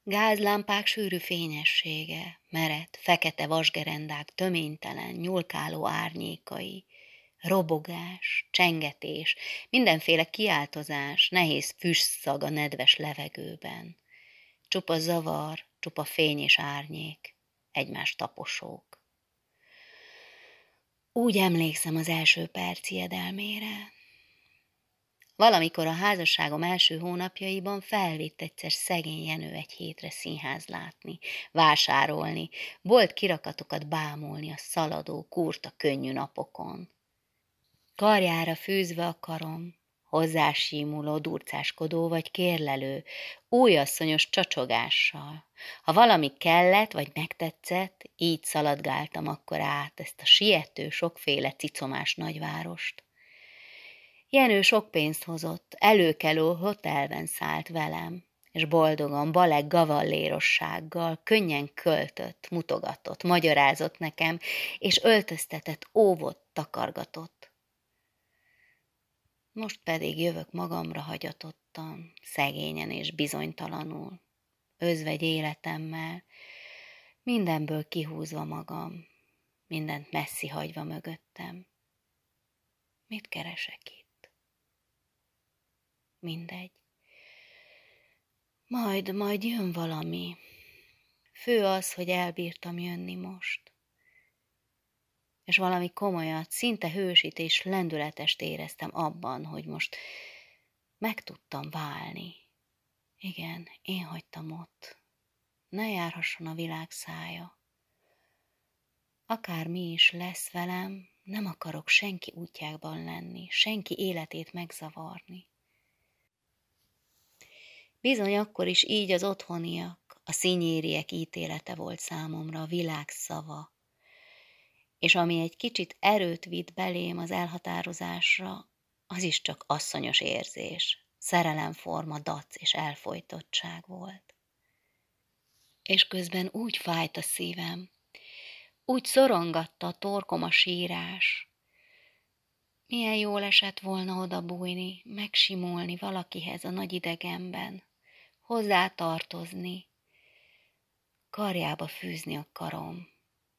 Gázlámpák sűrű fényessége, meredt, fekete vasgerendák töménytelen, nyulkáló árnyékai, robogás, csengetés, mindenféle kiáltozás, nehéz füstszaga a nedves levegőben. Csupa zavar, csupa fény és árnyék, egymás taposók. Úgy emlékszem az első perc ijedelmére. Valamikor a házasságom első hónapjaiban felvitt egyszer szegény Jenő egy hétre színház látni, vásárolni, bolt kirakatokat bámulni a szaladó, kurta, könnyű napokon. Karjára fűzve a karom, hozzásímuló, durcáskodó vagy kérlelő, újasszonyos csacsogással. Ha valami kellett vagy megtetszett, így szaladgáltam akkor át ezt a siető, sokféle cicomás nagyvárost. Jenő sok pénzt hozott, előkelő hotelben szállt velem, és boldogan, baleg gavallérossággal, könnyen költött, mutogatott, magyarázott nekem, és öltöztetett, óvott, takargatott. Most pedig jövök magamra hagyatottan, szegényen és bizonytalanul, özvegy életemmel, mindenből kihúzva magam, mindent messzi hagyva mögöttem. Mit keresek itt? Mindegy. Majd jön valami. Fő az, hogy elbírtam jönni most. És valami komolyat, szinte hősit és lendületest éreztem abban, hogy most meg tudtam válni. Igen, én hagytam ott. Ne járhasson a világ szája. Akármi is lesz velem, nem akarok senki útjában lenni, senki életét megzavarni. Bizony akkor is így az otthoniak, a szinyériek ítélete volt számomra a világ szava, és ami egy kicsit erőt vitt belém az elhatározásra, az is csak asszonyos érzés, szerelemforma, dac és elfojtottság volt. És közben úgy fájt a szívem, úgy szorongatta a torkom a sírás. Milyen jól esett volna odabújni, megsimulni valakihez a nagy idegenben, hozzátartozni, karjába fűzni a karom.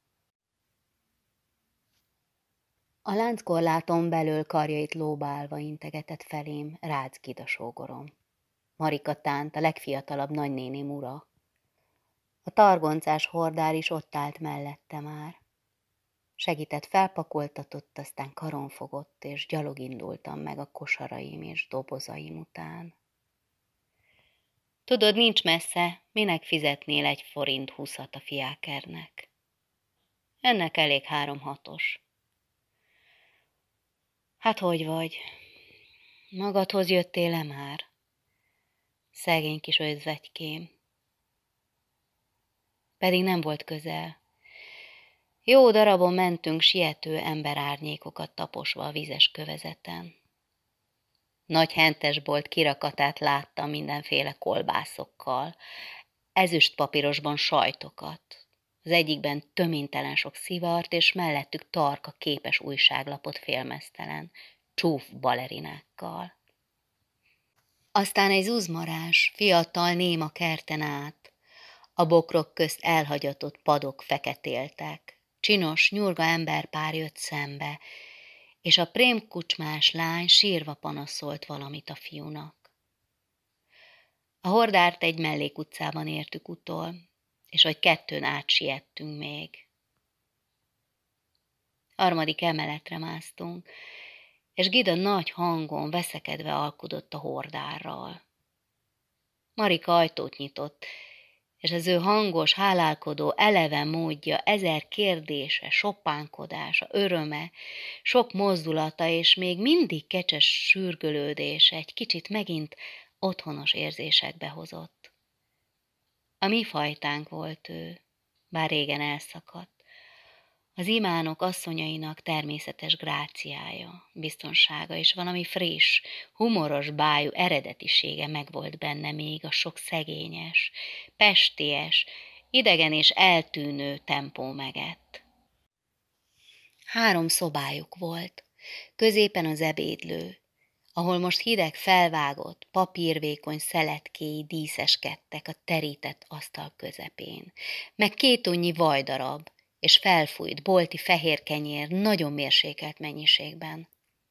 A lánckorláton belől karjait lóbálva integetett felém Ráczkida sógorom. Marika Tánt, a legfiatalabb nagynéném ura. A targoncás hordár is ott állt mellette már. Segített, felpakoltatott, aztán karon fogott, és gyalog indultam meg a kosaraim és dobozaim után. Tudod, nincs messze, minek fizetnél 1,20 a fiákernek? Ennek elég 3,6. Hát hogy vagy? Magadhoz jöttél-e már? Szegény kis özvegykém. Pedig nem volt közel. Jó darabon mentünk siető emberárnyékokat taposva a vizes kövezeten. Nagy hentesbolt kirakatát láttam mindenféle kolbászokkal, ezüstpapírosban sajtokat, az egyikben töménytelen sok szivart, és mellettük tarka képes újságlapot félmeztelen, csúf balerinákkal. Aztán egy zuzmarás, fiatal néma kerten át, a bokrok közt elhagyatott padok feketéltek, csinos, nyurga emberpár jött szembe, és a prémkucsmás lány sírva panaszolt valamit a fiúnak. A hordárt egy mellékutcában értük utol, és vagy 2 átsiettünk még. 3. emeletre másztunk, és Gida nagy hangon veszekedve alkudott a hordárral. Marika ajtót nyitott, és az ő hangos, hálálkodó, eleven módja, 1000 kérdése, sopánkodása, öröme, sok mozdulata, és még mindig kecses sürgölődése egy kicsit megint otthonos érzésekbe hozott. A mi fajtánk volt ő, bár régen elszakadt. Az imánok asszonyainak természetes gráciája, biztonsága és valami friss, humoros bájú eredetisége megvolt benne még a sok szegényes, pesties, idegen és eltűnő tempó megett. 3 szobájuk volt, középen az ebédlő, ahol most hideg felvágott, papírvékony szeletkéi díszeskedtek a terített asztal közepén, meg 2 vajdarab, és felfújt bolti fehér kenyér nagyon mérsékelt mennyiségben.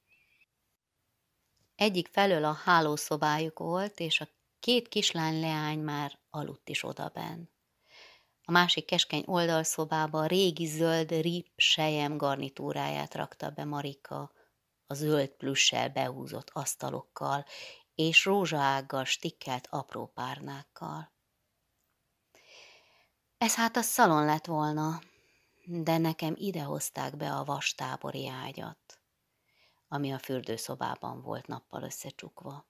Egyik felől a hálószobájuk volt, és a 2 kislány leány már aludt is odabenn. A másik keskeny oldalszobába a régi zöld rip sejem garnitúráját rakta be Marika, a zöld plüssel behúzott asztalokkal és rózsaággal stikkelt apró párnákkal. Ez hát a szalon lett volna, de nekem ide hozták be a vastábori ágyat, ami a fürdőszobában volt nappal összecsukva.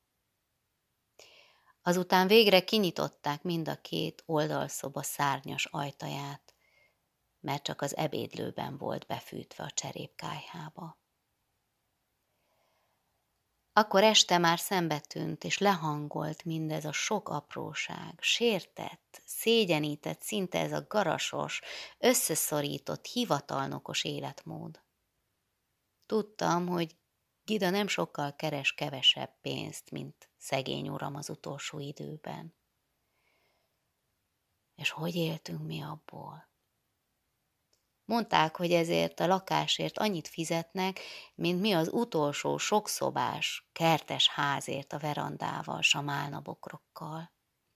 Azután végre kinyitották mind a 2 oldalszoba szárnyas ajtaját, mert csak az ebédlőben volt befűtve a cserépkályhába. Akkor este már szembetűnt, és lehangolt mindez a sok apróság, sértett, szégyenített, szinte ez a garasos, összeszorított, hivatalnokos életmód. Tudtam, hogy Gida nem sokkal keres kevesebb pénzt, mint szegény uram az utolsó időben. És hogy éltünk mi abból? Mondták, hogy ezért a lakásért annyit fizetnek, mint mi az utolsó sokszobás, kertes házért a verandával, s a málnabokrokkal.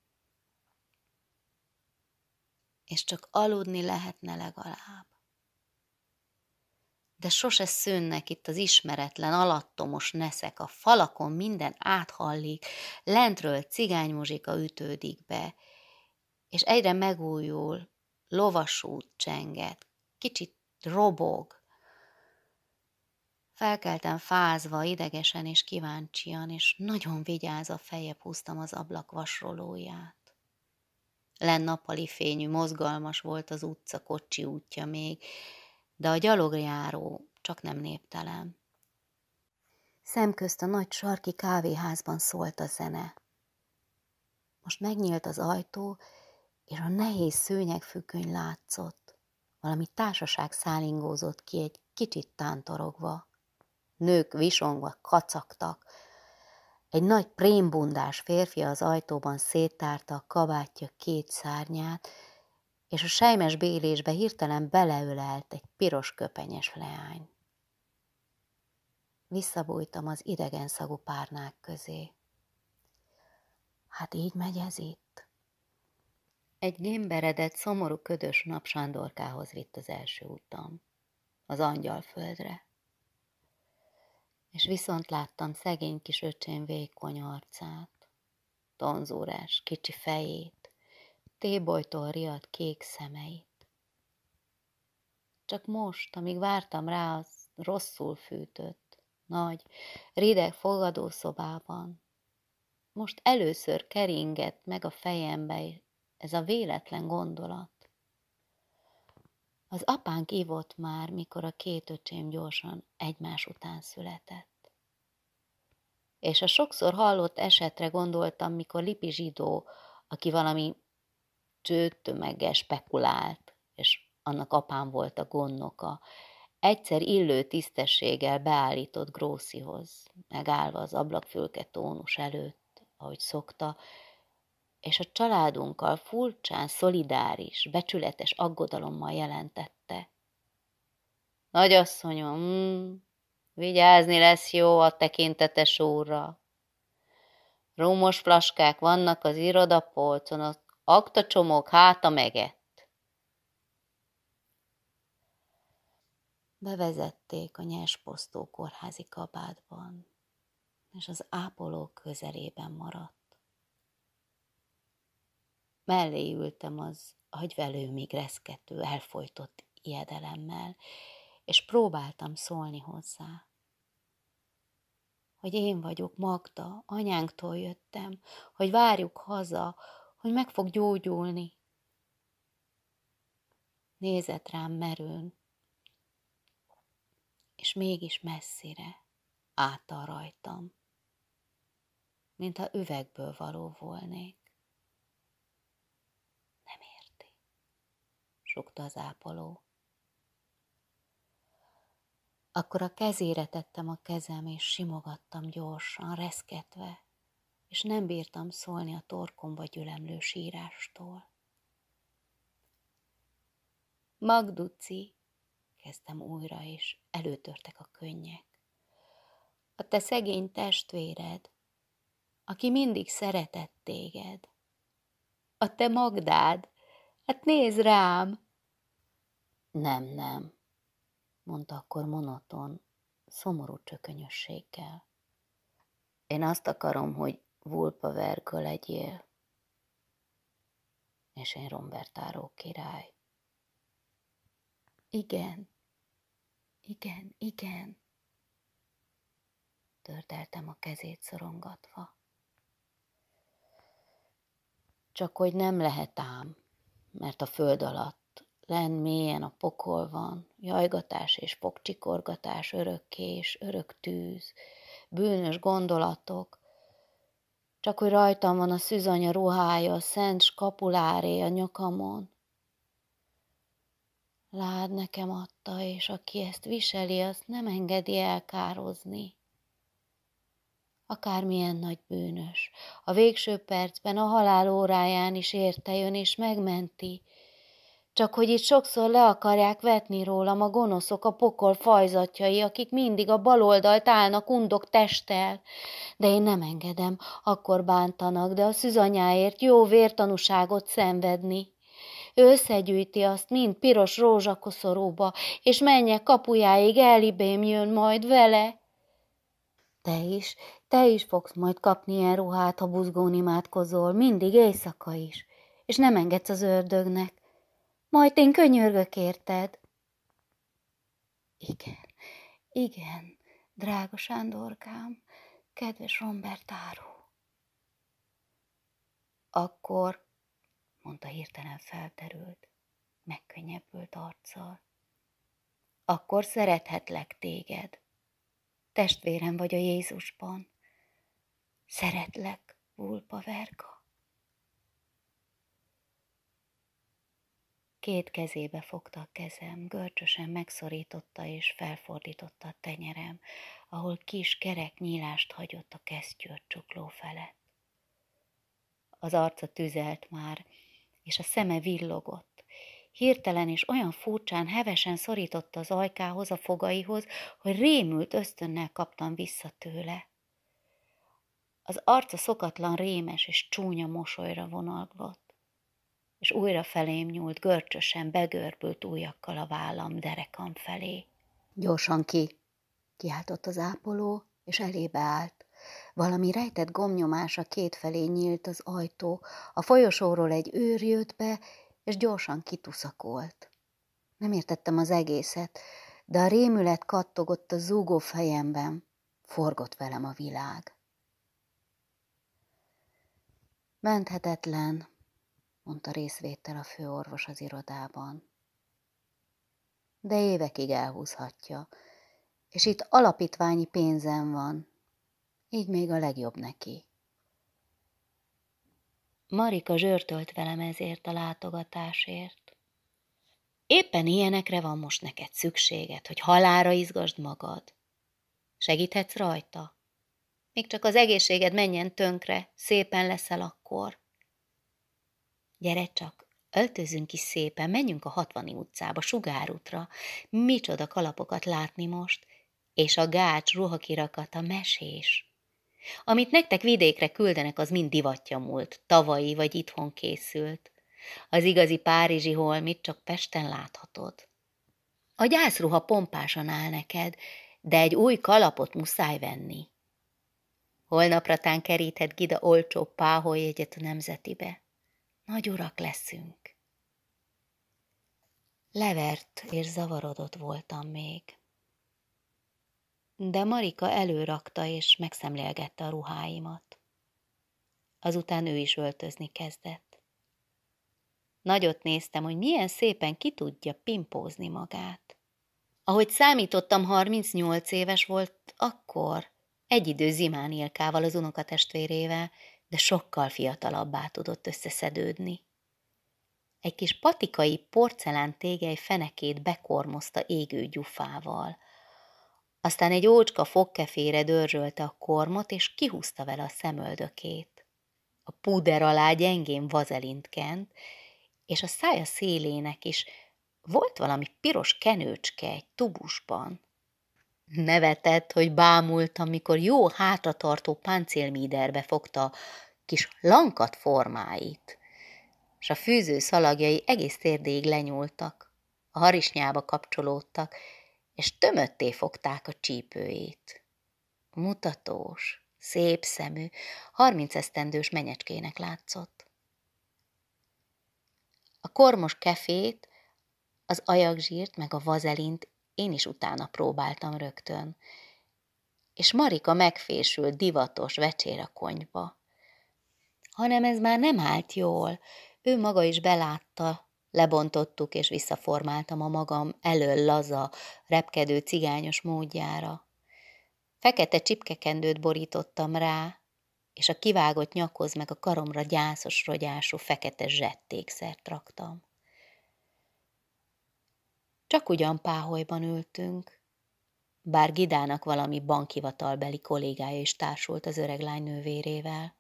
És csak aludni lehetne legalább. De sose szűnnek itt az ismeretlen, alattomos neszek, a falakon minden áthallik, lentről cigánymuzsika ütődik be, és egyre megújul, lovasút csenget, kicsit robog. Felkeltem fázva, idegesen és kíváncsian, és nagyon vigyázva feljebb húztam az ablak vasrolóját. Lenn nappali fényű, mozgalmas volt az utca, kocsi útja még, de a gyalogjáró csak nem néptelen. Szemközt a nagy sarki kávéházban szólt a zene. Most megnyílt az ajtó, és a nehéz szőnyegfüggöny látszott. Valami társaság szálingózott ki egy kicsit tántorogva. Nők visongva kacagtak. Egy nagy prémbundás férfi az ajtóban széttárta a kabátja 2 szárnyát, és a selymes bélésbe hirtelen beleölelt egy piros köpenyes leány. Visszabújtam az idegen szagú párnák közé. Hát így megy ez itt. Egy gémberedett, szomorú, ködös nap Sándorkához vitt az első utam, az Angyalföldre. És viszont láttam szegény kis öcsém vékony arcát, tonzúrás kicsi fejét, tébolytól riadt kék szemeit. Csak most, amíg vártam rá, az rosszul fűtött, nagy, rideg fogadószobában, most először keringett meg a fejembe ez a véletlen gondolat. Az apánk ivott már, mikor a 2 öcsém gyorsan egymás után született. És a sokszor hallott esetre gondoltam, mikor Lipi zsidó, aki valami csőtömeggel spekulált, és annak apám volt a gondnoka, egyszer illő tisztességgel beállított Grószihoz, megállva az ablakfülke tónus előtt, ahogy szokta, és a családunkkal furcsán, szolidáris, becsületes aggodalommal jelentette. Nagyasszonyom, vigyázni lesz jó a tekintetes úrra. Rumos flaskák vannak az irodapolcon, az aktacsomók háta megett. Bevezették a nyersposztó kórházi kabátban, és az ápoló közelében maradt. Mellé ültem az agyvelőmig reszkető, elfojtott ijedelemmel, és próbáltam szólni hozzá, hogy én vagyok Magda, anyánktól jöttem, hogy várjuk haza, hogy meg fog gyógyulni. Nézett rám merőn, és mégis messzire, által rajtam, mintha üvegből való volnék. Nem érti, sukta az ápoló. Akkor a kezére tettem a kezem, és simogattam gyorsan, reszketve, és nem bírtam szólni a torkomba gyülemlő sírástól. Magduci, kezdtem újra, és előtörtek a könnyek. A te szegény testvéred, aki mindig szeretett téged. A te Magdád, hát nézd rám! Nem, mondta akkor monoton, szomorú csökönyösséggel. Én azt akarom, hogy Vulpa Verga legyél, és én Rombertáró király. Igen, tördeltem a kezét szorongatva. Csak hogy nem lehet ám, mert a föld alatt, lenn mélyen a pokol van, jajgatás és pokcsikorgatás örökké és örök tűz, bűnös gondolatok, csak hogy rajtam van a szűzanya ruhája, a szent skapuláré a nyakamon. Lád nekem adta, és aki ezt viseli, azt nem engedi elkározni. Akármilyen nagy bűnös, a végső percben, a halál óráján is érte jön és megmenti, csak hogy itt sokszor le akarják vetni rólam a gonoszok, a pokol fajzatjai, akik mindig a bal oldalt állnak undok testtel, de én nem engedem, akkor bántanak, de a szűzanyáért jó vértanúságot szenvedni. Ő összegyűjti azt mind piros rózsakoszorúba, és mennyek kapujáig elibém jön majd vele. Te is fogsz majd kapni ilyen ruhát, ha buzgón imádkozol, mindig éjszaka is, és nem engedsz az ördögnek. Majd én könyörgök érted. Igen, drága Sándorkám, kedves Rombertáró. Akkor, mondta hirtelen felterült, megkönnyebbült arccal, akkor szerethetlek téged. Testvérem vagy a Jézusban. Szeretlek, Vulpa Verga. Két kezébe fogta a kezem, görcsösen megszorította és felfordította a tenyerem, ahol kis kerek nyílást hagyott a kesztyűcsukló felett. Az arca tüzelt már, és a szeme villogott. Hirtelen és olyan furcsán, hevesen szorította az ajkához, a fogaihoz, hogy rémült ösztönnel kaptam vissza tőle. Az arca szokatlan rémes és csúnya mosolyra vonalgott, és újra felém nyúlt, görcsösen begörbült ujjakkal a vállam derekam felé. Gyorsan kiáltott az ápoló, és elébe állt. Valami rejtett gombnyomása kétfelé nyílt az ajtó, a folyosóról egy őr jött be, és gyorsan kituszakolt. Nem értettem az egészet, de a rémület kattogott a zúgó fejemben, forgott velem a világ. Menthetetlen, mondta részvétel a főorvos az irodában. De évekig elhúzhatja, és itt alapítványi pénzem van, így még a legjobb neki. Marika zsörtölt velem ezért a látogatásért. Éppen ilyenekre van most neked szükséged, hogy halálra izgasd magad. Segíthetsz rajta? Még csak az egészséged menjen tönkre, szépen leszel akkor. Gyere csak, öltözzünk is szépen, menjünk a 60. utcába, Sugárútra. Micsoda kalapokat látni most, és a gács ruhakirakata mesés. Amit nektek vidékre küldenek, az mind divatja múlt, tavalyi vagy itthon készült. Az igazi párizsi holmit csak Pesten láthatod. A gyászruha pompásan áll neked, de egy új kalapot muszáj venni. Holnapratán keríthet Gida olcsó páholyjegyet a Nemzetibe. Nagy urak leszünk. Levert és zavarodott voltam még. De Marika előrakta és megszemlélgette a ruháimat. Azután ő is öltözni kezdett. Nagyot néztem, hogy milyen szépen ki tudja pimpózni magát. Ahogy számítottam, 38 éves volt akkor, egyidő Zimán Ilkával, az unokatestvérével, de sokkal fiatalabbá tudott összeszedődni. Egy kis patikai porcelán tégely fenekét bekormozta égő gyufával. Aztán egy ócska fogkefére dörzsölte a kormot, és kihúzta vele a szemöldökét. A púder alá gyengén vazelint kent, és a szája szélének is volt valami piros kenőcske egy tubusban. Nevetett, hogy bámultam, mikor jó hátratartó páncélmíderbe fogta a kis lankat formáit, és a fűző szalagjai egész térdéig lenyúltak, a harisnyába kapcsolódtak, és tömötté fogták a csípőjét. Mutatós, szép szemű, 30 esztendős menyecskének látszott. A kormos kefét, az ajakzsírt meg a vazelint én is utána próbáltam rögtön, és Marika megfésült divatos vecsérakonyba. Hanem ez már nem állt jól, ő maga is belátta, lebontottuk és visszaformáltam a magam elől laza, repkedő cigányos módjára. Fekete csipkekendőt borítottam rá, és a kivágott nyakhoz meg a karomra gyászos rogyású fekete zsettékszert raktam. Csak ugyan páholyban ültünk, bár Gidának valami bankhivatalbeli kollégája is társult az öreg lány nővérével.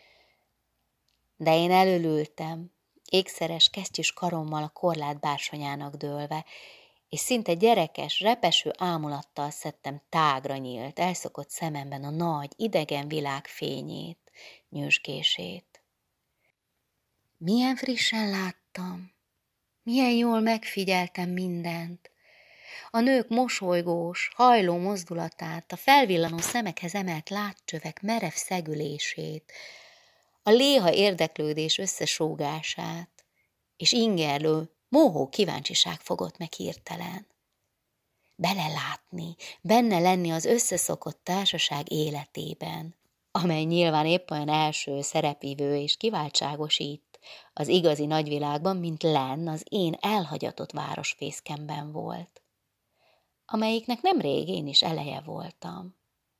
De én elölültem, ékszeres, kesztyűs karommal a korlát bársonyának dőlve, és szinte gyerekes, repeső ámulattal szedtem tágra nyílt, elszokott szememben a nagy, idegen világ fényét, nyüzsgését. Milyen frissen láttam, milyen jól megfigyeltem mindent. A nők mosolygós, hajló mozdulatát, a felvillanó szemekhez emelt látcsövek merev szegülését, a léha érdeklődés összesógását, és ingerlő, mohó kíváncsiság fogott meg hirtelen. Belelátni, benne lenni az összeszokott társaság életében, amely nyilván épp olyan első szerepvivő és kiváltságos itt, az igazi nagyvilágban, mint lenn az én elhagyatott városfészkemben volt, amelyiknek nemrég én is eleje voltam.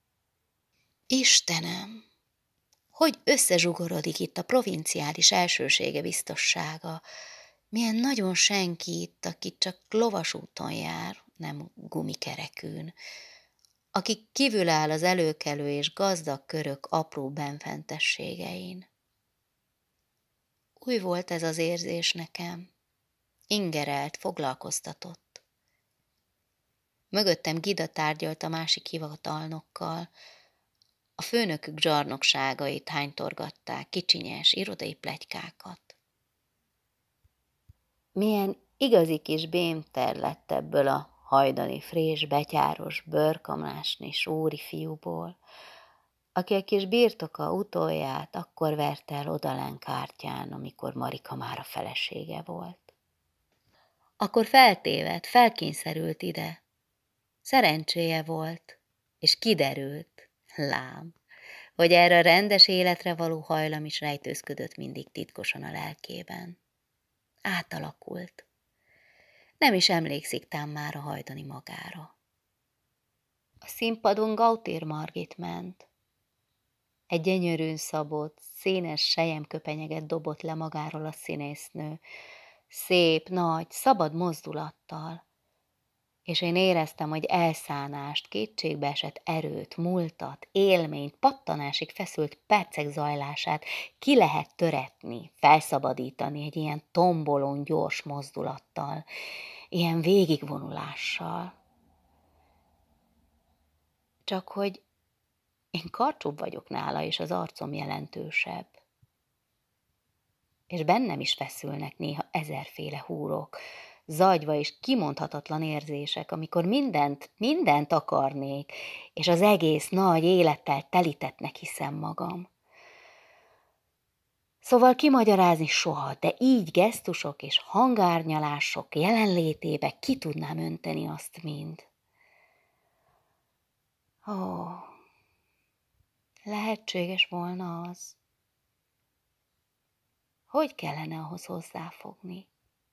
Istenem! Hogy összezsugorodik itt a provinciális elsősége biztossága, milyen nagyon senki itt, aki csak lovasúton jár, nem gumikerekűn, aki kívül áll az előkelő és gazdag körök apró benfentességein. Új volt ez az érzés nekem, ingerelt, foglalkoztatott. Mögöttem Gida tárgyalt a másik hivatalnokkal, a főnökük zsarnokságait hánytorgatták, kicsinyes irodai pletykákat. Milyen igazi kis bémter lett ebből a hajdani frés, betyáros, bőrkamásnis úri fiúból, aki a kis birtoka utolját akkor verte el odalen kártyán, amikor Marika már a felesége volt. Akkor feltévedt, felkényszerült ide. Szerencséje volt, és kiderült, lám, hogy erre a rendes életre való hajlam is rejtőzködött mindig titkosan a lelkében. Átalakult. Nem is emlékszik tám már a hajdani magára. A színpadon Gautér Margit ment. Egy gyönyörűn szabott, színes selyemköpenyeget dobott le magáról a színésznő, szép, nagy, szabad mozdulattal, és én éreztem, hogy elszánást, kétségbeesett erőt, múltat, élményt, pattanásig feszült percek zajlását ki lehet töretni, felszabadítani egy ilyen tombolón gyors mozdulattal, ilyen végigvonulással. Csak hogy én karcsúbb vagyok nála, és az arcom jelentősebb. És bennem is feszülnek néha ezerféle húrok, zagyva és kimondhatatlan érzések, amikor mindent akarnék, és az egész nagy élettel telítettnek hiszem magam. Szóval kimagyarázni soha, de így gesztusok és hangárnyalások jelenlétébe ki tudnám önteni azt mind. Ó, lehetséges volna az. Hogy kellene ahhoz hozzáfogni?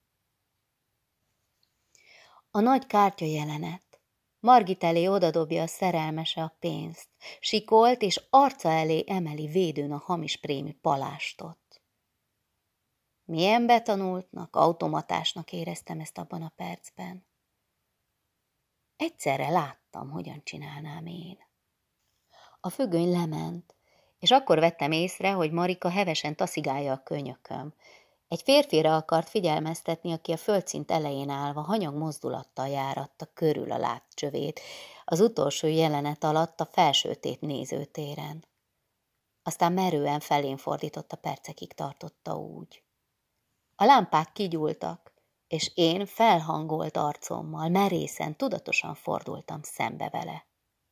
A nagy kártya jelenet. Margit elé odadobja a szerelmese a pénzt, sikolt és arca elé emeli védőn a hamis prémi palástot. Milyen betanultnak, automatásnak éreztem ezt abban a percben. Egyszerre láttam, hogyan csinálnám én. A függöny lement, és akkor vettem észre, hogy Marika hevesen taszigálja a könyököm. Egy férfira akart figyelmeztetni, aki a földszint elején állva hanyag mozdulattal járatta körül a látcsövét, az utolsó jelenet alatt a felsőtét nézőtéren. Aztán merően felén fordította, percekig tartotta úgy. A lámpák kigyúltak, és én felhangolt arcommal, merészen, tudatosan fordultam szembe vele.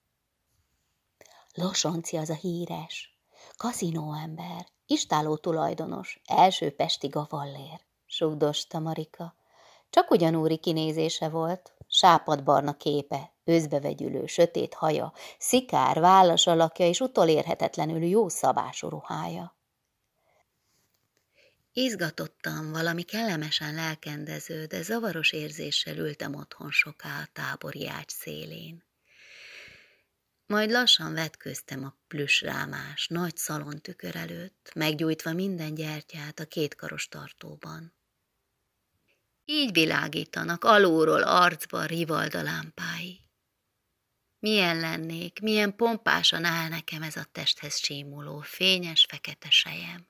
Losonci az a híres, kaszinóember, istálló tulajdonos, első pesti gavallér, sugdosta Marika. Csak ugyanúri kinézése volt, sápadbarna képe, őszbevegyülő, sötét haja, szikár, vállas alakja és utolérhetetlenül jó szabású ruhája. Izgatottan, valami kellemesen lelkendező, de zavaros érzéssel ültem otthon soká a tábori ágy szélén. Majd lassan vetköztem a plüssrámás, nagy szalontükör előtt, meggyújtva minden gyertyát a kétkaros tartóban. Így világítanak alulról arcba rivalda lámpái. Milyen lennék, milyen pompásan áll nekem ez a testhez símuló, fényes, fekete sejem.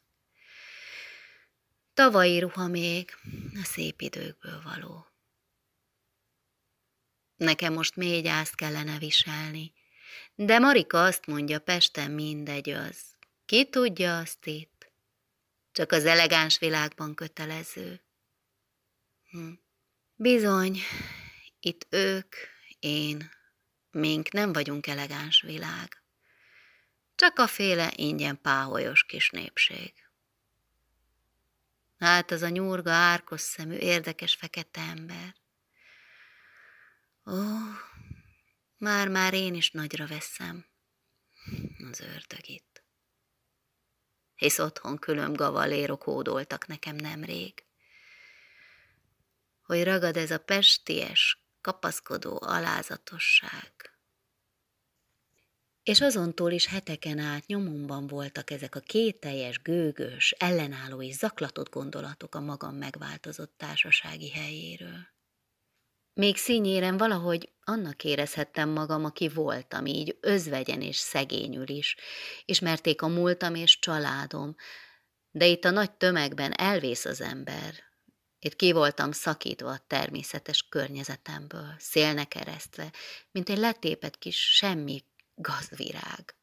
Tavalyi ruha még, a szép időkből való. Nekem most mély gyászt kellene viselni, de Marika azt mondja, Pesten mindegy az. Ki tudja azt itt? Csak az elegáns világban kötelező. Bizony, itt ők, én, mink nem vagyunk elegáns világ. Csak a féle ingyen páholyos kis népség. Hát az a nyurga, árkos szemű, érdekes fekete ember. Ó, már én is nagyra veszem az ördög itt. Hisz otthon külön gavalérok hódoltak nekem nemrég, hogy ragad ez a pesties, kapaszkodó alázatosság. És azontól is heteken át nyomomban voltak ezek a kételjes, gőgös, ellenálló és zaklatott gondolatok a magam megváltozott társasági helyéről. Még színyéren valahogy annak érezhettem magam, aki voltam, így özvegyen és szegényül is. Ismerték a múltam és családom, de itt a nagy tömegben elvész az ember. Itt ki voltam szakítva a természetes környezetemből, szélnek eresztve, mint egy letépett kis semmi gazvirág.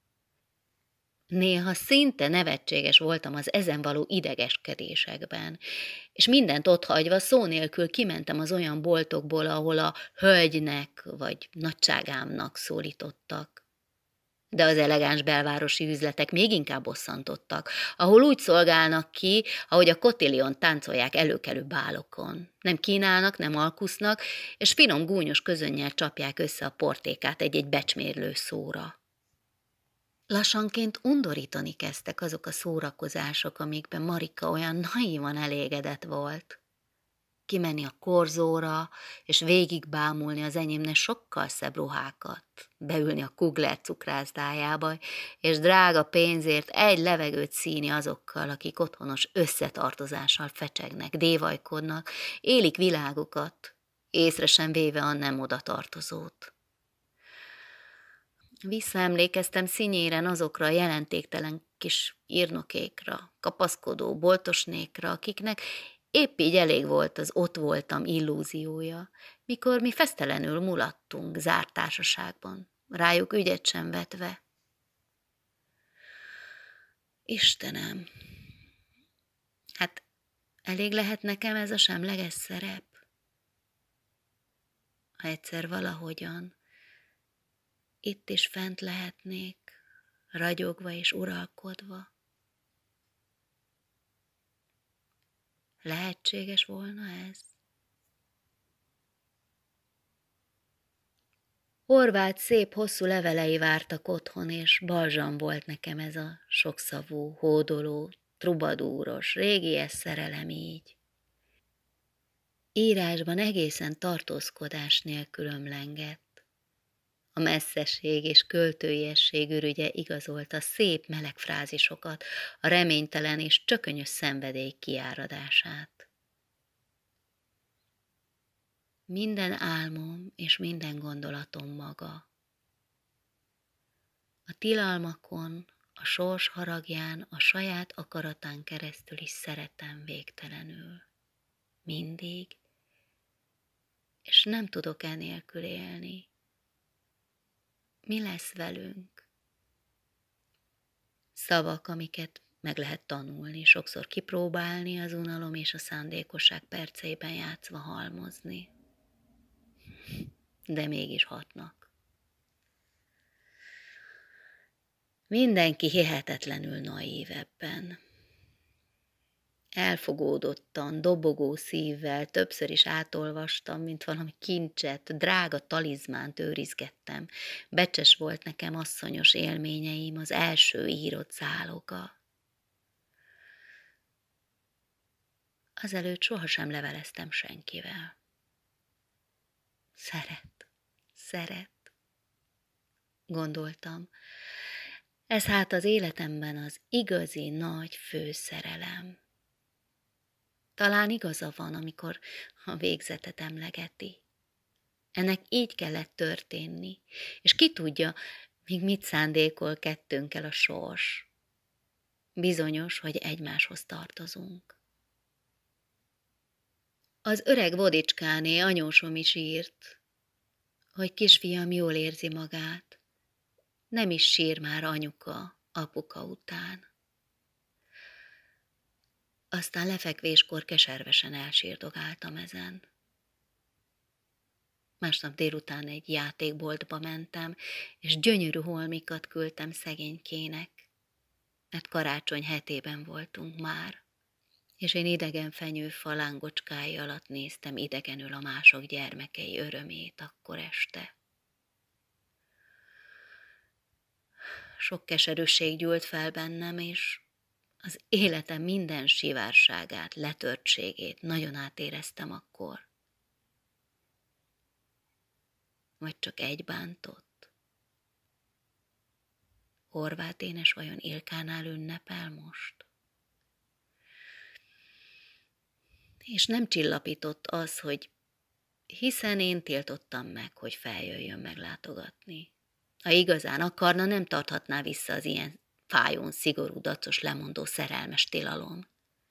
Néha szinte nevetséges voltam az ezen való idegeskedésekben, és mindent otthagyva szó nélkül kimentem az olyan boltokból, ahol a hölgynek vagy nagyságámnak szólítottak. De az elegáns belvárosi üzletek még inkább bosszantottak, ahol úgy szolgálnak ki, ahogy a kotillion táncolják előkelő bálokon. Nem kínálnak, nem alkusznak, és finom gúnyos közönnyel csapják össze a portékát egy-egy becsmérlő szóra. Lassanként undorítani kezdtek azok a szórakozások, amikben Marika olyan naívan elégedett volt. Kimenni a korzóra, és végigbámulni az enyémnek sokkal szebb ruhákat, beülni a Kugler cukrászdájába, és drága pénzért egy levegőt színi azokkal, akik otthonos összetartozással fecsegnek, dévajkodnak, élik világukat, észre sem véve a nem oda tartozót. Visszaemlékeztem színyéren azokra a jelentéktelen kis írnokékra, kapaszkodó boltosnékra, akiknek épp így elég volt az ott voltam illúziója, mikor mi fesztelenül mulattunk zárt társaságban, rájuk ügyet sem vetve. Istenem, hát elég lehet nekem ez a semleges szerep? Ha egyszer valahogyan itt is fent lehetnék, ragyogva és uralkodva. Lehetséges volna ez? Horváth szép hosszú levelei vártak otthon, és balzsam volt nekem ez a sokszavú, hódoló, trubadúros, régies szerelem így. Írásban egészen tartózkodás nélkül ömlengett. A messzesség és költőiesség ürügye igazolta szép meleg frázisokat, a reménytelen és csökönyös szenvedély kiáradását. Minden álmom és minden gondolatom maga. A tilalmakon, a sors haragján, a saját akaratán keresztül is szeretem végtelenül. Mindig, és nem tudok enélkül élni. Mi lesz velünk? Szavak, amiket meg lehet tanulni, sokszor kipróbálni, az unalom és a szándékosság perceiben játszva halmozni. De mégis hatnak. Mindenki hihetetlenül naív ebben. Elfogódottan, dobogó szívvel többször is átolvastam, mint valami kincset, drága talizmánt őrizgettem. Becses volt nekem asszonyos élményeim, az első írott záloga. Azelőtt sohasem leveleztem senkivel. Szeret, gondoltam. Ez hát az életemben az igazi nagy főszerelem. Talán igaza van, amikor a végzetet emlegeti. Ennek így kellett történni, és ki tudja, még mit szándékol kettőnkkel a sors. Bizonyos, hogy egymáshoz tartozunk. Az öreg Vodicskáné anyósom is írt, hogy kisfiam jól érzi magát, nem is sír már anyuka, apuka után. Aztán lefekvéskor keservesen elsirdogáltam ezen. Másnap délután egy játékboltba mentem, és gyönyörű holmikat küldtem szegénykének, mert karácsony hetében voltunk már, és én idegen fenyőfa lángocskái alatt néztem idegenül a mások gyermekei örömét akkor este. Sok keserűség gyűlt fel bennem, és az életem minden sivárságát, letörtségét nagyon átéreztem akkor. Vagy csak egy bántott? Horváth Énes vajon Ilkánál ünnepel most? És nem csillapított az, hogy hiszen én tiltottam meg, hogy feljöjjön meglátogatni. Ha igazán akarna, nem tarthatná vissza az ilyen fájón, szigorú, dacos, lemondó szerelmes tilalom.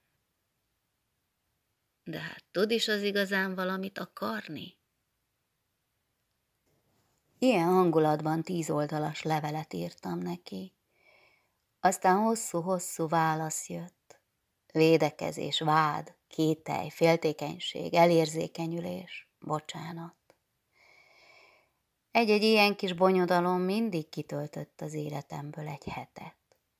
De hát tud is az igazán valamit akarni? Ilyen hangulatban 10 oldalas levelet írtam neki. Aztán hosszú-hosszú válasz jött. Védekezés, vád, kételj, féltékenység, elérzékenyülés, bocsánat. Egy-egy ilyen kis bonyodalom mindig kitöltött az életemből egy hetet.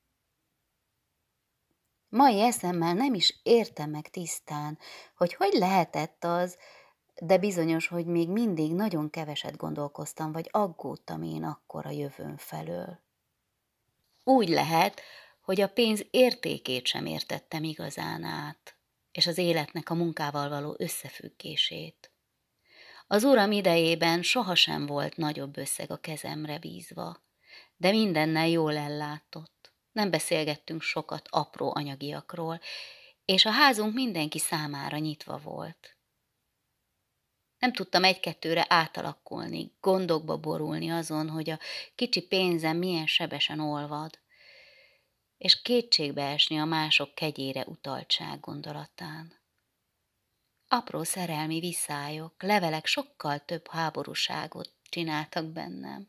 Mai eszemmel nem is értem meg tisztán, hogy lehetett az, de bizonyos, hogy még mindig nagyon keveset gondolkoztam, vagy aggódtam én akkor a jövőn felől. Úgy lehet, hogy a pénz értékét sem értettem igazán át, és az életnek a munkával való összefüggését. Az uram idejében sohasem volt nagyobb összeg a kezemre bízva, de mindennel jól ellátott. Nem beszélgettünk sokat apró anyagiakról, és a házunk mindenki számára nyitva volt. Nem tudtam egy-kettőre átalakulni, gondokba borulni azon, hogy a kicsi pénzem milyen sebesen olvad, és kétségbe esni a mások kegyére utaltság gondolatán. Apró szerelmi viszályok, levelek sokkal több háborúságot csináltak bennem.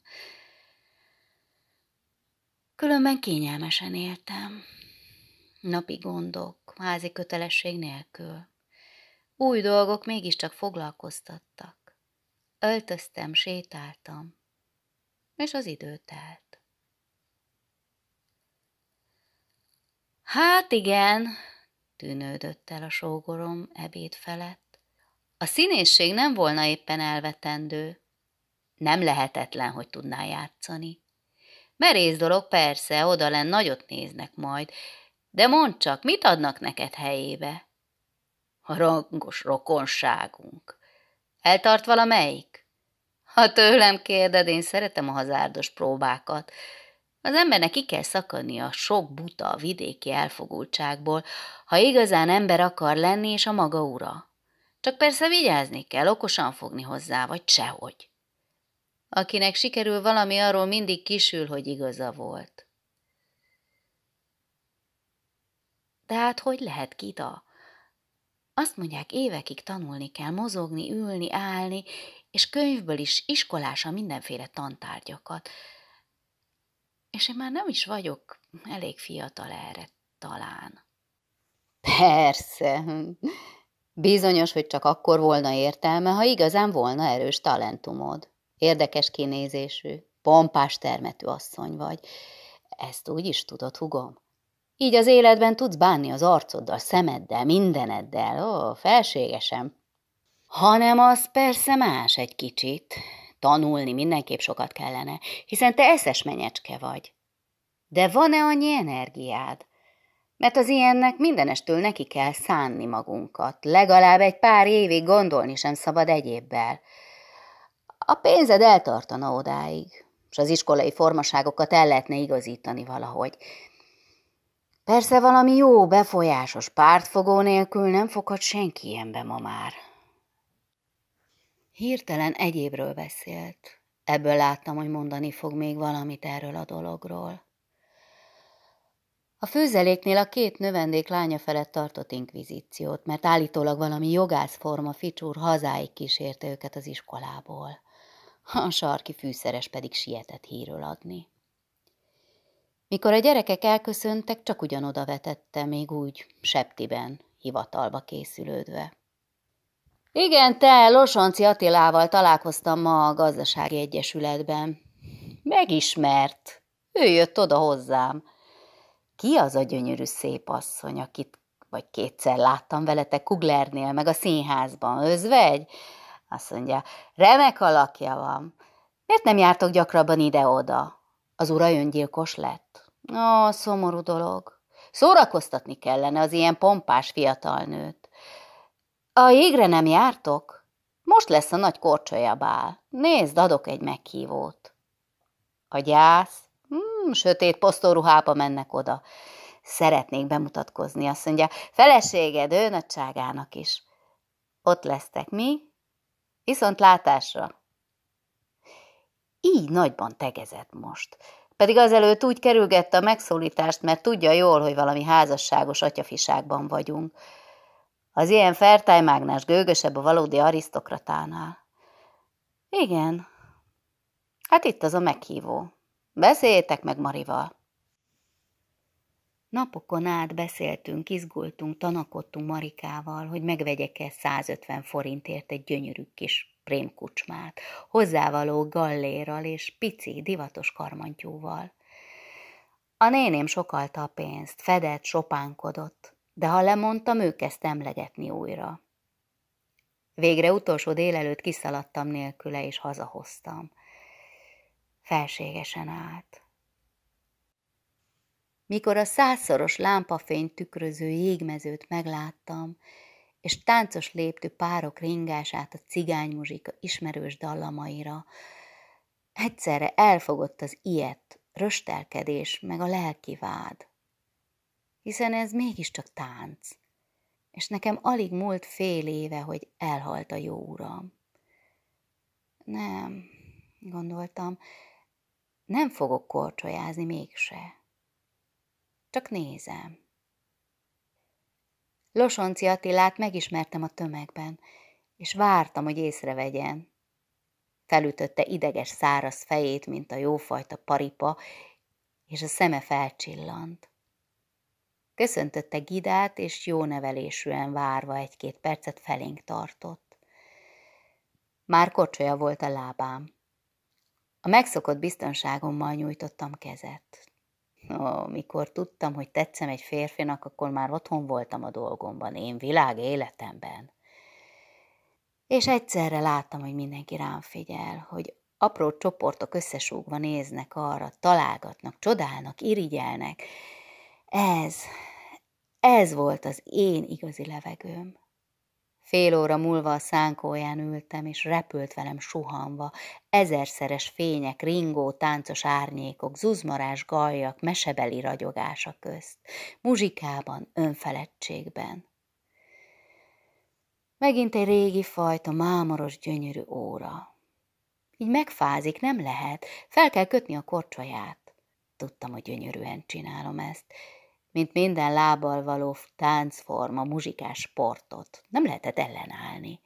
Különben kényelmesen éltem. Napi gondok, házi kötelesség nélkül. Új dolgok mégiscsak foglalkoztattak. Öltöztem, sétáltam, és az idő telt. Hát igen, tűnődött el a sógorom ebéd felett. A színészség nem volna éppen elvetendő. Nem lehetetlen, hogy tudnál játszani. Merész dolog, persze, odalenn nagyot néznek majd, de mondd csak, mit adnak neked helyébe? A rangos rokonságunk. Eltart valamelyik? Ha tőlem kérded, én szeretem a hazárdos próbákat. Az embernek ki kell szakadni a sok buta, vidéki elfogultságból, ha igazán ember akar lenni, és a maga ura. Csak persze vigyázni kell, okosan fogni hozzá, vagy sehogy. Akinek sikerül valami, arról mindig kisül, hogy igaza volt. De hát hogy lehet, Gida? Azt mondják, évekig tanulni kell, mozogni, ülni, állni, és könyvből is iskolásan mindenféle tantárgyakat. És én már nem is vagyok elég fiatal erre, talán. Persze. Bizonyos, hogy csak akkor volna értelme, ha igazán volna erős talentumod. Érdekes kinézésű, pompás termetű asszony vagy. Ezt úgy is tudod, hugom. Így az életben tudsz bánni az arcoddal, szemeddel, mindeneddel. Ó, felségesen. Hanem az persze más egy kicsit. Tanulni mindenképp sokat kellene, hiszen te eszes menyecske vagy. De van-e annyi energiád? Mert az ilyennek mindenestől neki kell szánni magunkat. Legalább egy pár évig gondolni sem szabad egyébbel. A pénzed eltartana odáig, és az iskolai formaságokat el lehetne igazítani valahogy. Persze valami jó, befolyásos pártfogó nélkül nem foghat senki ilyenbe ma már. Hirtelen egyébről beszélt. Ebből láttam, hogy mondani fog még valamit erről a dologról. A főzeléknél a 2 növendék lánya felett tartott inkvizíciót, mert állítólag valami jogászforma ficsúr hazáig kísérte őket az iskolából. A sarki fűszeres pedig sietett hírül adni. Mikor a gyerekek elköszöntek, csak ugyanoda vetette, még úgy septiben, hivatalba készülődve. Igen, te, Losonci Attilával találkoztam ma a gazdasági egyesületben. Megismert. Ő jött oda hozzám. Ki az a gyönyörű szép asszony, akit vagy 2-szer láttam veletek Kuglernél, meg a színházban? Özvegy? Azt mondja, remek alakja van. Miért nem jártok gyakrabban ide-oda? Az ura öngyilkos lett? Ó, szomorú dolog. Szórakoztatni kellene az ilyen pompás fiatal nőt. A jégre nem jártok? Most lesz a nagy korcsolyabál. Nézd, adok egy meghívót. A gyász? Sötét posztóruhába mennek oda. Szeretnék bemutatkozni, azt mondja, feleséged, ő nagyságának is. Ott lesztek, mi? Viszontlátásra. Így nagyban tegezett most. Pedig azelőtt úgy kerülgette a megszólítást, mert tudja jól, hogy valami házasságos atyafiságban vagyunk. Az ilyen fertálymágnás gőgösebb a valódi arisztokratánál. Igen, hát itt az a meghívó. Beszéljétek meg Marival. Napokon át beszéltünk, izgultunk, tanakodtunk Marikával, hogy megvegyek-e 150 forintért egy gyönyörű kis prémkucsmát, hozzávaló gallérral és pici, divatos karmantyúval. A néném sokalta a pénzt, fedett, sopánkodott, de ha lemondtam, ő kezdte emlegetni újra. Végre utolsó délelőtt kiszaladtam nélküle, és hazahoztam. Felségesen állt. Mikor a 100-szoros lámpafényt tükröző jégmezőt megláttam, és táncos léptű párok ringását a cigánymuzsika ismerős dallamaira, egyszerre elfogott az ilyet, röstelkedés, meg a lelki vád. Hiszen ez mégiscsak tánc, és nekem alig múlt fél éve, hogy elhalt a jó uram. Nem, gondoltam, nem fogok korcsolyázni mégse. Csak nézem. Losonci Attilát megismertem a tömegben, és vártam, hogy észrevegyen. Felütötte ideges száraz fejét, mint a jófajta paripa, és a szeme felcsillant. Köszöntötte Gidát, és jó nevelésűen várva 1-2 percet felénk tartott. Már korcsolya volt a lábám. A megszokott biztonságommal nyújtottam kezet. Mikor tudtam, hogy tetszem egy férfinak, akkor már otthon voltam a dolgomban, én világ életemben. És egyszerre láttam, hogy mindenki rám figyel, hogy apró csoportok összesúgva néznek arra, találgatnak, csodálnak, irigyelnek. Ez volt az én igazi levegőm. Fél óra múlva a szánkóján ültem, és repült velem suhanva, 1000-szeres fények, ringó, táncos árnyékok, zuzmarás galljak, mesebeli ragyogása közt, muzsikában, önfeledtségben. Megint egy régi fajta, mámoros, gyönyörű óra. Így megfázik, nem lehet, fel kell kötni a korcsolyát. Tudtam, hogy gyönyörűen csinálom ezt, mint minden lábbal való táncforma, muzsikás sportot. Nem lehetett ellenállni.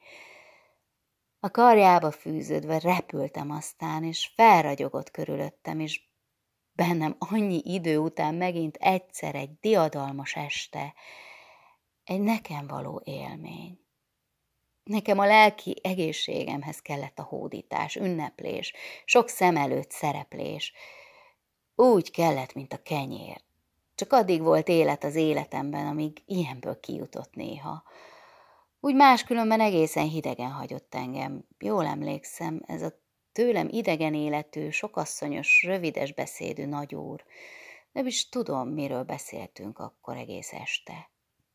A karjába fűződve repültem aztán, és felragyogott körülöttem, és bennem annyi idő után megint egyszer egy diadalmas este, egy nekem való élmény. Nekem a lelki egészségemhez kellett a hódítás, ünneplés, sok szem előtt szereplés. Úgy kellett, mint a kenyér. Csak addig volt élet az életemben, amíg ilyenből kijutott néha. Úgy máskülönben egészen hidegen hagyott engem. Jól emlékszem, ez a tőlem idegen életű, sokasszonyos, rövides beszédű nagyúr. Nem is tudom, miről beszéltünk akkor egész este.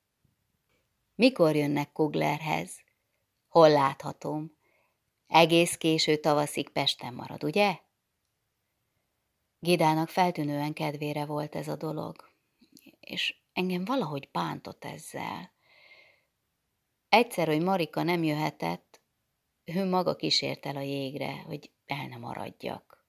Mikor jönnek Kuglerhez? Hol láthatom? Egész késő tavaszig Pesten marad, ugye? Gidának feltűnően kedvére volt ez a dolog, és engem valahogy bántott ezzel. Egyszer, hogy Marika nem jöhetett, ő maga kísért el a jégre, hogy el ne maradjak.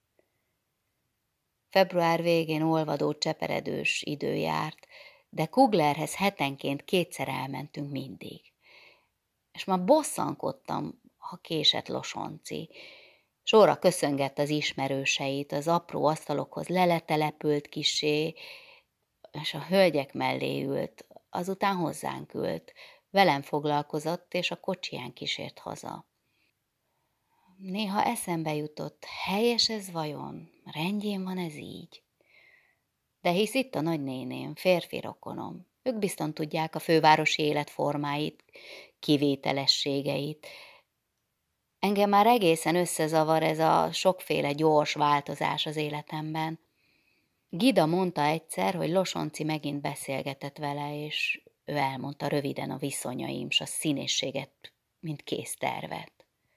Február végén olvadó, cseperedős idő járt, de Kuglerhez hetenként 2-szer elmentünk mindig. És már bosszankodtam, ha késett Losonci. Sorra köszöngett az ismerőseit, az apró asztalokhoz leletelepült kissé, és a hölgyek mellé ült, azután hozzánk ült. Velem foglalkozott, és a kocsiján kísért haza. Néha eszembe jutott, helyes ez vajon? Rendjén van ez így? De hisz itt a nagynéném, férfi rokonom. Ők bizton tudják a fővárosi életformáit, kivételességeit. Engem már egészen összezavar ez a sokféle gyors változás az életemben. Gida mondta egyszer, hogy Losonci megint beszélgetett vele, és ő elmondta röviden a viszonyaim s a színészséget, mint kész tervet.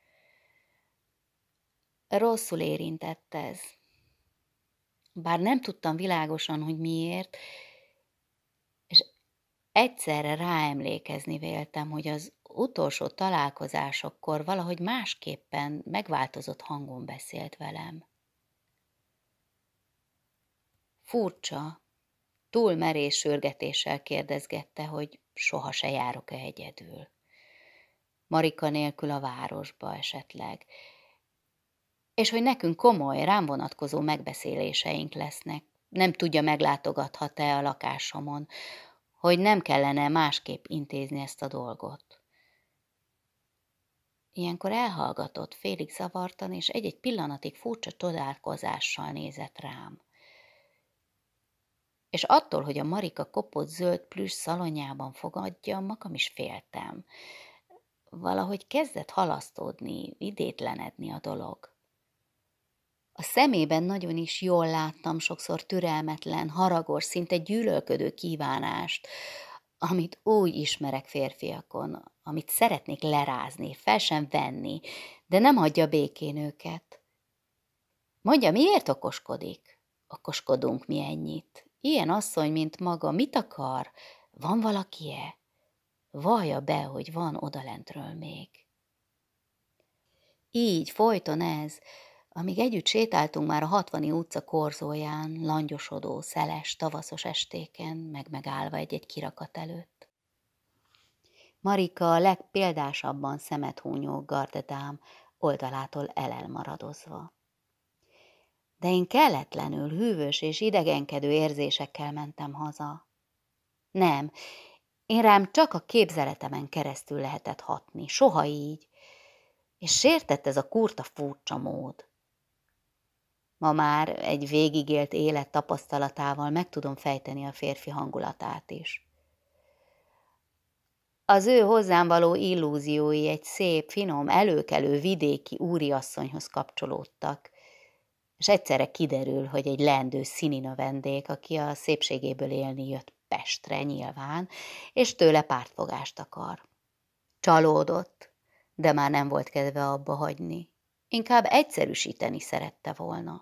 Rosszul érintett ez. Bár nem tudtam világosan, hogy miért, és egyszerre ráemlékezni véltem, hogy az utolsó találkozásokkor valahogy másképpen megváltozott hangon beszélt velem. Furcsa, túl merész sürgetéssel kérdezgette, hogy soha se járok-e egyedül. Marika nélkül a városba esetleg. És hogy nekünk komoly, rám vonatkozó megbeszéléseink lesznek. Nem tudja, meglátogathat-e a lakásomon, hogy nem kellene másképp intézni ezt a dolgot. Ilyenkor elhallgatott, félig zavartan, és egy-egy pillanatig furcsa csodálkozással nézett rám. És attól, hogy a Marika kopott zöld plüss szalonjában fogadja, magam is féltem. Valahogy kezdett halasztódni, idétlenedni a dolog. A szemében nagyon is jól láttam sokszor türelmetlen, haragos, szinte gyűlölködő kívánást, amit úgy ismerek férfiakon, amit szeretnék lerázni, fel sem venni, de nem hagyja békén őket. Mondja, miért okoskodik? Okoskodunk mi ennyit. Ilyen asszony, mint maga, mit akar? Van valaki-e? Vallja be, hogy van odalentről még. Így, folyton ez, amíg együtt sétáltunk már a 60. utca korzóján, langyosodó, szeles, tavaszos estéken, megállva egy-egy kirakat előtt. Marika a legpéldásabban szemet húnyó gardedám oldalától elmaradozva. De én kelletlenül, hűvös és idegenkedő érzésekkel mentem haza. Nem, én rám csak a képzeletemen keresztül lehetett hatni, soha így, és sértett ez a kurta furcsa mód. Ma már egy végigélt élet tapasztalatával meg tudom fejteni a férfi hangulatát is. Az ő hozzám való illúziói egy szép, finom, előkelő vidéki úriasszonyhoz kapcsolódtak, és egyszerre kiderül, hogy egy leendő színi növendék, aki a szépségéből élni jött Pestre nyilván, és tőle pártfogást akar. Csalódott, de már nem volt kedve abba hagyni. Inkább egyszerűsíteni szerette volna.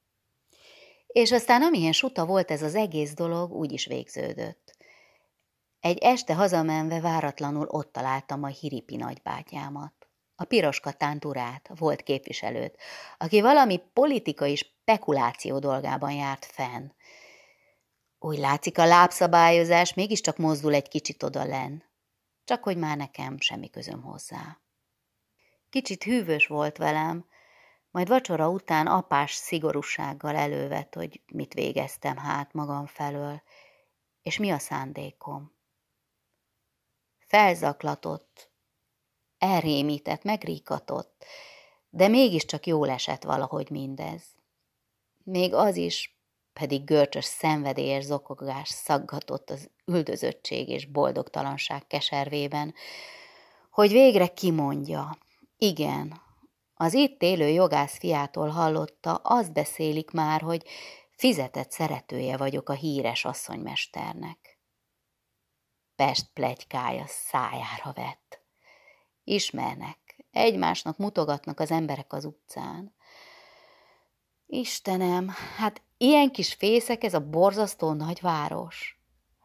És aztán amilyen suta volt ez az egész dolog, úgy is végződött. Egy este hazamenve váratlanul ott találtam a hiripi nagybátyámat, a piroskatán Durát, volt képviselőt, aki valami politikai spekuláció dolgában járt fenn. Úgy látszik, a lábszabályozás mégiscsak mozdul egy kicsit odalenn, csak hogy már nekem semmi közöm hozzá. Kicsit hűvös volt velem, majd vacsora után apás szigorúsággal elővett, hogy mit végeztem hát magam felől, és mi a szándékom. Felzaklatott, elrémített, megríkatott, de mégiscsak jól esett valahogy mindez. Még az is, pedig görcsös szenvedélyes zokogás szaggatott az üldözöttség és boldogtalanság keservében, hogy végre kimondja. Igen, az itt élő jogász fiától hallotta, azt beszélik már, hogy fizetett szeretője vagyok a híres asszonymesternek. Pest pletykája szájára vett. Ismernek, egymásnak mutogatnak az emberek az utcán. Istenem, hát ilyen kis fészek ez a borzasztó nagyváros.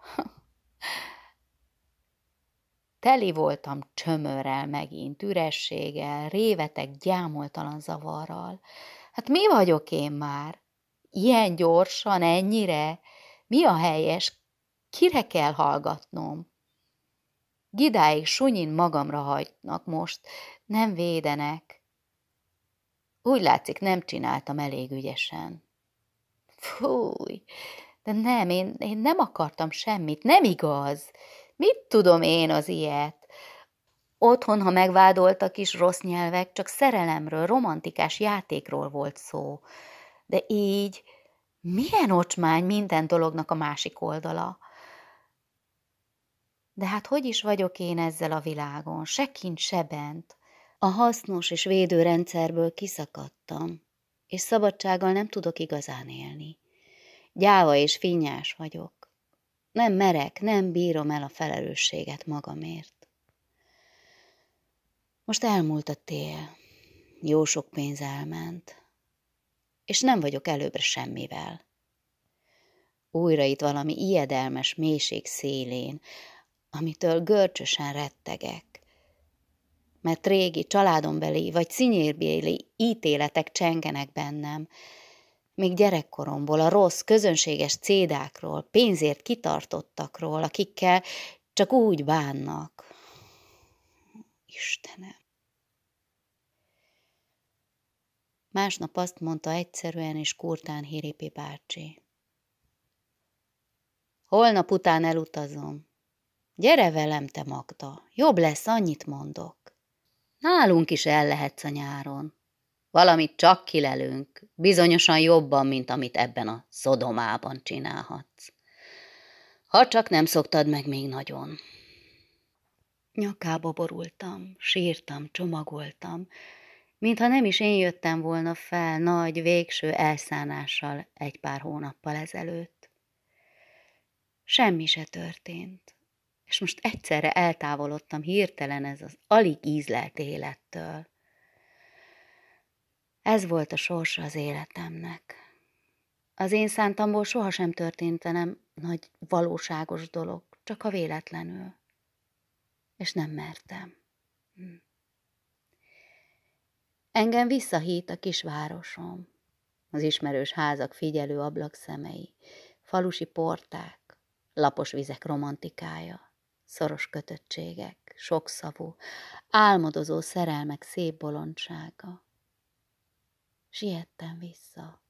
Teli voltam csömörrel megint, ürességgel, réveteg, gyámoltalan zavarral. Hát mi vagyok én már? Ilyen gyorsan, ennyire? Mi a helyes? Kire kell hallgatnom? Gidáig sunyin magamra hagynak most, nem védenek. Úgy látszik, nem csináltam elég ügyesen. Fúj, de nem, én nem akartam semmit, nem igaz. Mit tudom én az ilyet? Otthon, ha megvádoltak is rossz nyelvek, csak szerelemről, romantikás játékról volt szó. De így, milyen ocsmány minden dolognak a másik oldala. De hát hogy is vagyok én ezzel a világon, se kint, se bent. A hasznos és védő rendszerből kiszakadtam, és szabadsággal nem tudok igazán élni. Gyáva és finnyás vagyok. Nem merek, nem bírom el a felelősséget magamért. Most elmúlt a tél, jó sok pénz elment, és nem vagyok előbbre semmivel. Újra itt valami ijedelmes mélység szélén, amitől görcsösen rettegek, mert régi, családombeli vagy szinyérbéli ítéletek csengenek bennem, még gyerekkoromból, a rossz, közönséges cédákról, pénzért kitartottakról, akikkel csak úgy bánnak. Istenem! Másnap azt mondta egyszerűen és kurtán Hiripi bácsi. Holnap után elutazom. Gyere velem, te Magda, jobb lesz, annyit mondok. Nálunk is el lehetsz a nyáron. Valamit csak kilelünk, bizonyosan jobban, mint amit ebben a Szodomában csinálhatsz. Ha csak nem szoktad meg még nagyon. Nyakába borultam, sírtam, csomagoltam, mintha nem is én jöttem volna fel nagy, végső elszánással egy pár hónappal ezelőtt. Semmi se történt, és most egyszerre eltávolodtam hirtelen ez az alig ízlelt élettől. Ez volt a sorsa az életemnek. Az én szántamból sohasem történt velem nagy valóságos dolog, csak a véletlenül. És nem mertem. Engem visszahít a kisvárosom, az ismerős házak figyelő ablakszemei, falusi porták, lapos vizek romantikája, szoros kötöttségek, sokszavú, álmodozó szerelmek szép bolondsága. Siettem vissza.